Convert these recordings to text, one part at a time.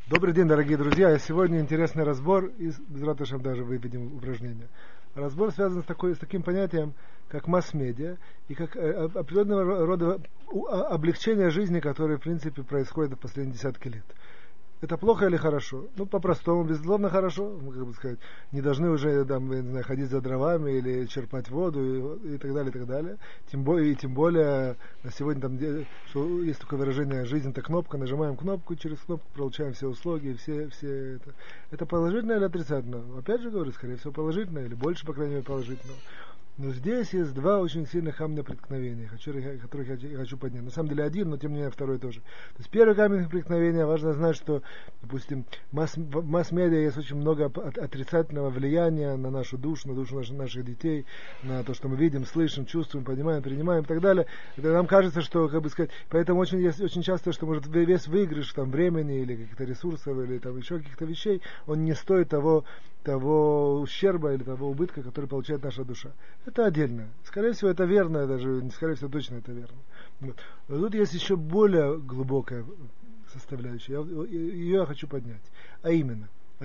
Добрый день, дорогие друзья. Сегодня интересный разбор, и без ратушем даже выведем упражнение. Разбор связан с таким понятием, как масс-медиа, и как определенного рода облегчение жизни, которое, в принципе, происходит в последние десятки лет. Это плохо или хорошо? Ну, по-простому, безусловно, хорошо. Мы, как бы сказать, не должны уже там, не знаю, ходить за дровами или черпать воду и так далее, и так далее. Тем более на сегодня там, что есть такое выражение «жизнь это кнопка», нажимаем кнопку, через кнопку получаем все услуги, все это. Это положительно или отрицательно? Опять же говорю, скорее всего, положительно, или больше, по крайней мере, положительного. Но здесь есть два очень сильных камня преткновения, которых я хочу поднять. На самом деле один, но тем не менее второй тоже. То есть первый камень преткновения, важно знать, что, допустим, в масс-медиа есть очень много отрицательного влияния на нашу душу, на душу наших детей, на то, что мы видим, слышим, чувствуем, понимаем, принимаем и так далее. Это нам кажется, что, как бы сказать, поэтому есть очень часто, что может весь выигрыш там, времени или каких-то ресурсов или там, еще каких-то вещей, он не стоит того ущерба или того убытка, который получает наша душа. Это отдельно. Скорее всего, это верно, даже не скорее всего, точно это верно. Вот. Но тут есть еще более глубокая составляющая. Ее я хочу поднять. А именно,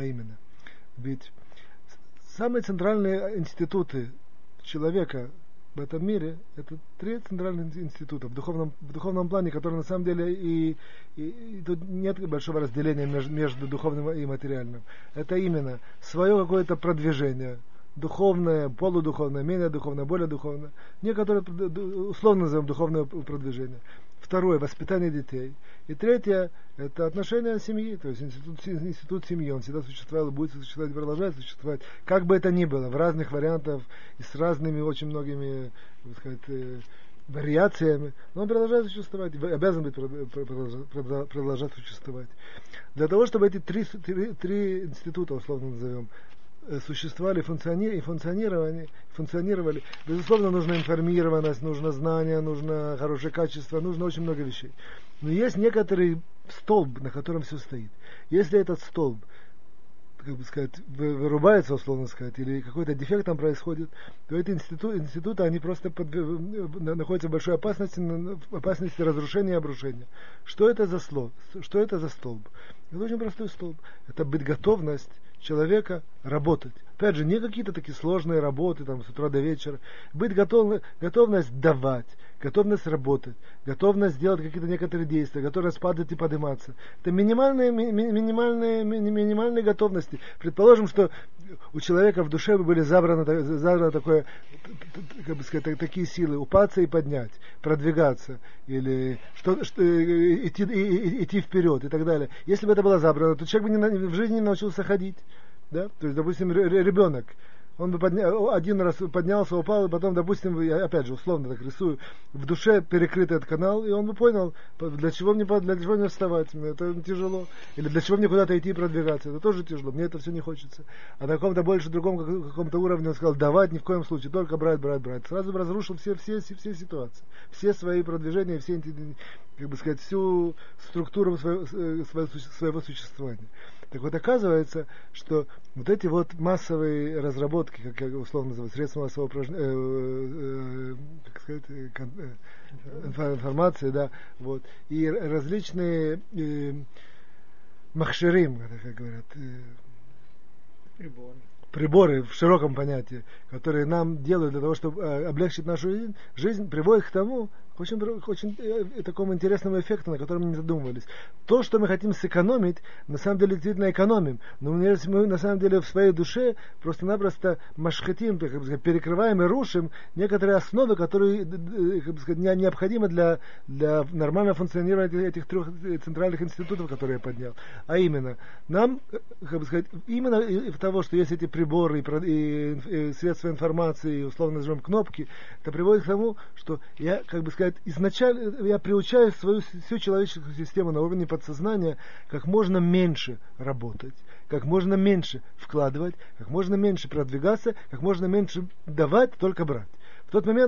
ведь самые центральные институты человека в этом мире, это три центральных института в духовном плане, которые на самом деле и тут нет большого разделения между духовным и материальным. Это именно свое какое-то продвижение, духовное, полудуховное, менее духовное, более духовное, некоторые условно назовем духовное продвижение. Второе, воспитание детей. И третье, это отношения семьи, то есть институт семьи, он всегда существовал, будет существовать, продолжает существовать, как бы это ни было, в разных вариантах и с разными очень многими, так сказать, вариациями, но он продолжает существовать, обязан быть продолжать существовать. Для того, чтобы эти три института, условно назовем, существовали и функционировали, безусловно, нужна информированность, нужно знание, нужно хорошее качество, нужно очень много вещей. Но есть некоторый столб, на котором все стоит. Если этот столб, как бы сказать, вырубается, условно сказать, или какой-то дефект там происходит, то эти институты, они просто находятся в большой опасности разрушения и обрушения. Что это за столб? Это очень простой столб. Это быть готовность человека работать. Опять же, не какие-то такие сложные работы там, с утра до вечера. Быть готовность давать, готовность работать, готовность делать какие-то некоторые действия, готовность падать и подниматься. Это минимальные готовности. Предположим, что у человека в душе были забрано такое, как бы сказать, такие силы, упаться и поднять, продвигаться, или идти вперед и так далее. Если бы это было забрано, то человек бы в жизни не научился ходить. Да? То есть, допустим, ребенок, он бы один раз поднялся, упал, и потом, допустим, я опять же условно так рисую, в душе перекрыт этот канал, и он бы понял, для чего мне вставать, мне это тяжело, или для чего мне куда-то идти и продвигаться, это тоже тяжело, мне это все не хочется. А на каком-то больше другом каком-то уровне он сказал, давать ни в коем случае, только брать. Сразу бы разрушил все ситуации, все свои продвижения, все, как бы сказать, всю структуру своего существования. Так вот, оказывается, что вот эти вот массовые разработки, как я условно называю, средства массового информации, да, вот, и различные махширим, как говорят, приборы в широком понятии, которые нам делают для того, чтобы облегчить нашу жизнь, приводят к тому, очень такому интересному эффекту, на котором мы не задумывались. То, что мы хотим сэкономить, на самом деле действительно экономим. Но мы на самом деле в своей душе просто-напросто машхатим, как бы сказать, перекрываем и рушим некоторые основы, которые, как бы сказать, необходимы для нормального функционирования этих трех центральных институтов, которые я поднял. А именно, нам, как бы сказать, именно в того, что есть эти приборы и средства информации, и, условно назовем, кнопки, это приводит к тому, что я, как бы сказать, изначально я приучаю всю человеческую систему на уровне подсознания как можно меньше работать, как можно меньше вкладывать, как можно меньше продвигаться, как можно меньше давать, только брать. тот момент,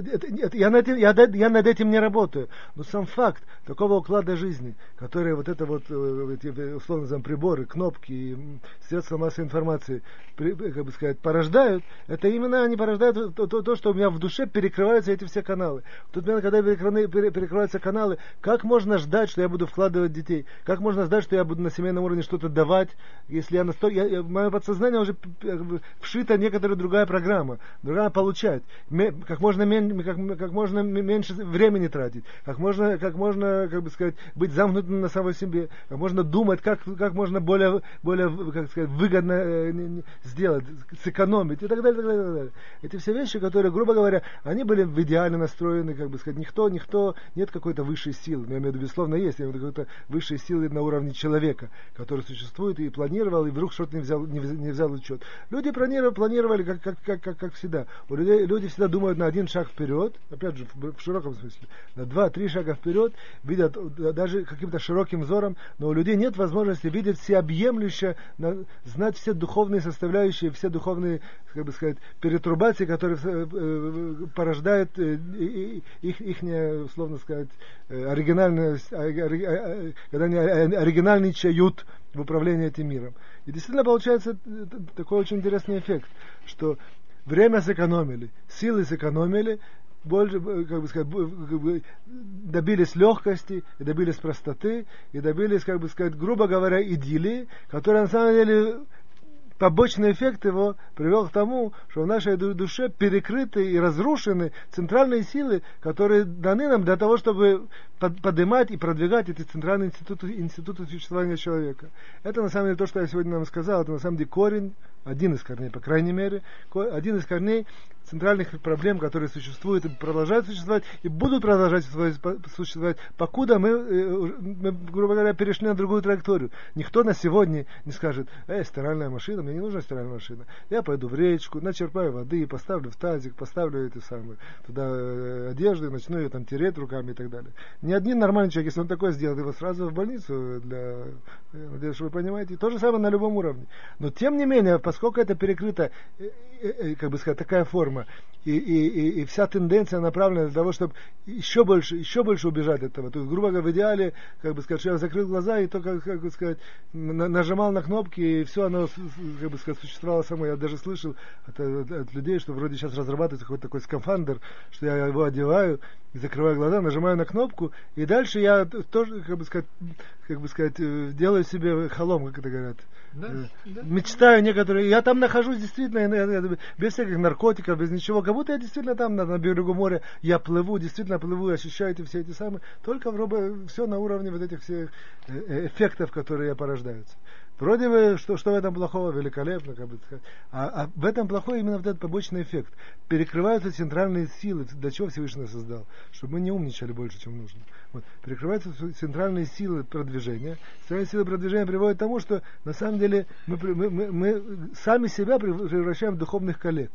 я над этим не работаю, но сам факт такого уклада жизни, который вот это вот, эти, условно называем, приборы, кнопки, средства массовой информации, как бы сказать, порождают, это именно они порождают то, что у меня в душе перекрываются эти все каналы. В тот момент, когда перекрываются каналы, как можно ждать, что я буду вкладывать детей? Как можно ждать, что я буду на семейном уровне что-то давать, если я настолько... В мое подсознание уже вшита некоторая другая программа. Другая получать. Как можно меньше времени тратить. Как можно, как бы сказать, быть замкнутым на самой себе. Как можно думать, как можно более, как сказать, выгодно сделать, сэкономить и так далее, и так далее, и так далее. Эти все вещи, которые, грубо говоря, они были в идеально настроены, как бы сказать, никто, нет какой-то высшей силы. Я имею в виду, безусловно, есть. Я имею в виду, какой-то высшей силы на уровне человека, который существует и планировал, и вдруг что-то не взял учет. Люди планировали как всегда. Люди всегда думают на один шаг вперед, опять же, в широком смысле, на 2-3 шага вперед, видят даже каким-то широким взором, но у людей нет возможности видеть всеобъемлюще, знать все духовные составляющие, все духовные, как бы сказать, перетрубации, которые порождают их, условно сказать, оригинальность, когда они оригинальничают в управлении этим миром. И действительно получается такой очень интересный эффект, что время сэкономили, силы сэкономили, больше, как бы сказать, добились легкости, и добились простоты, и добились, как бы сказать, грубо говоря, идиллии, которая на самом деле побочный эффект его привел к тому, что в нашей душе перекрыты и разрушены центральные силы, которые даны нам для того, чтобы поднимать и продвигать эти центральные институты существования человека. Это на самом деле то, что я сегодня вам сказал, это на самом деле корень, один из корней, по крайней мере, один из корней центральных проблем, которые существуют и продолжают существовать, и будут продолжать существовать, покуда мы, грубо говоря, перешли на другую траекторию. Никто на сегодня не скажет: стиральная машина, мне не нужна стиральная машина. Я пойду в речку, начерпаю воды, поставлю в тазик, поставлю эти самые туда одежду, и начну ее там тереть руками и так далее. Ни один нормальный человек, если он такое сделает, его сразу в больницу, я надеюсь, что вы понимаете. То же самое на любом уровне. Но тем не менее, поскольку это перекрыто, как бы сказать, такая форма, и вся тенденция направлена для того, чтобы еще больше убежать от этого. То есть, грубо говоря, в идеале, как бы сказать, что я закрыл глаза и только, как бы сказать, нажимал на кнопки, и все оно, как бы сказать, существовало само. Я даже слышал от людей, что вроде сейчас разрабатывается какой-то такой скафандр, что я его одеваю и закрываю глаза, нажимаю на кнопку, и дальше я тоже, как бы сказать, делаю себе холом, как это говорят. Да. Мечтаю некоторые. Я там нахожусь действительно без всяких наркотиков, без ничего. Как будто я действительно там на берегу моря. Я плыву, действительно плыву, ощущаю все эти самые. Только все на уровне вот этих всех эффектов, которые порождаются. Вроде бы, что в этом плохого, великолепно, как бы сказать. А в этом плохой именно вот этот побочный эффект. Перекрываются центральные силы, для чего Всевышний создал? Чтобы мы не умничали больше, чем нужно. Вот. Перекрываются центральные силы продвижения. Центральные силы продвижения приводят к тому, что на самом деле мы сами себя превращаем в духовных коллег.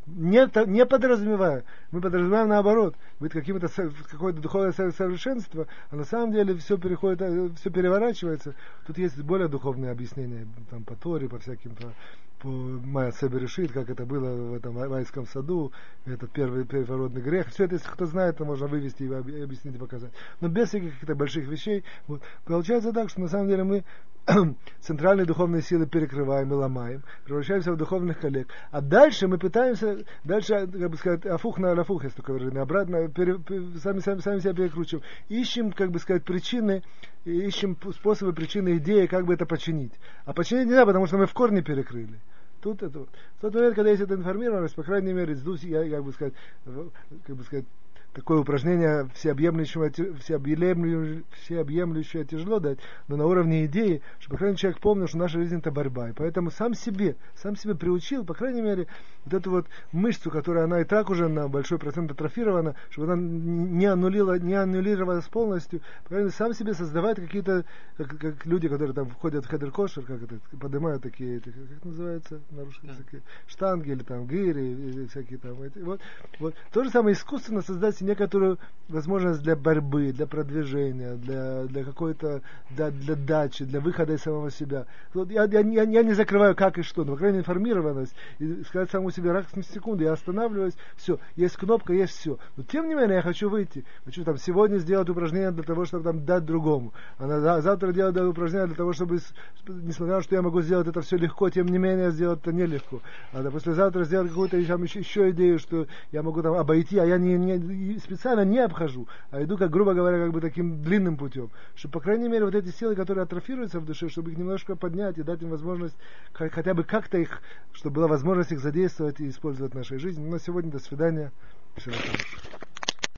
Не подразумевая, мы подразумеваем наоборот, быть какое-то духовное совершенство, а на самом деле все переворачивается. Тут есть более духовные объяснения, там, по Торе, по всяким, по Майя Себе решит, как это было в этом райском саду, этот первый первородный грех. Все это, если кто знает, то можно вывести и объяснить и показать. Но без всяких каких-то больших вещей. Вот. Получается так, что на самом деле мы центральные духовные силы перекрываем и ломаем, превращаемся в духовных коллег. А дальше мы пытаемся, как бы сказать, афух на аляфух, есть такое выражение, обратно, сами себя перекручиваем. Ищем, как бы сказать, причины, ищем способы, причины, идеи, как бы это починить. А починить нельзя, потому что мы в корне перекрыли. Тут это вот. В тот момент, когда есть эта информированность, по крайней мере, я, как бы сказать, такое упражнение всеобъемлющее тяжело дать, но на уровне идеи, чтобы, по крайней мере, человек помнил, что наша жизнь — это борьба. И поэтому сам себе приучил, по крайней мере, вот эту вот мышцу, которая она и так уже на большой процент атрофирована, чтобы она не аннулировалась полностью, по крайней мере, сам себе создавать какие-то, как люди, которые там входят в хедер кошер, как это, поднимают такие, как это называется на русском языке, штанги или там гири, или всякие там, вот. То же самое искусственно создать некоторую возможность для борьбы, для продвижения, для какой-то, для дачи, для выхода из самого себя. Вот я не закрываю как и что, но, по крайней мере, информированность, и сказать самому себе, раз на секунду, я останавливаюсь, все, есть кнопка, есть все. Но тем не менее, я хочу выйти, хочу там сегодня сделать упражнение для того, чтобы там дать другому, а завтра делать упражнение для того, чтобы, несмотря на то, что я могу сделать это все легко, тем не менее, сделать это нелегко. А послезавтра сделать какую-то еще идею, что я могу там обойти, а я специально не обхожу, а иду, как грубо говоря, как бы таким длинным путем. Чтобы, по крайней мере, вот эти силы, которые атрофируются в душе, чтобы их немножко поднять и дать им возможность, хотя бы как-то их, чтобы была возможность их задействовать и использовать в нашей жизни. Ну, на сегодня до свидания. Всего хорошего.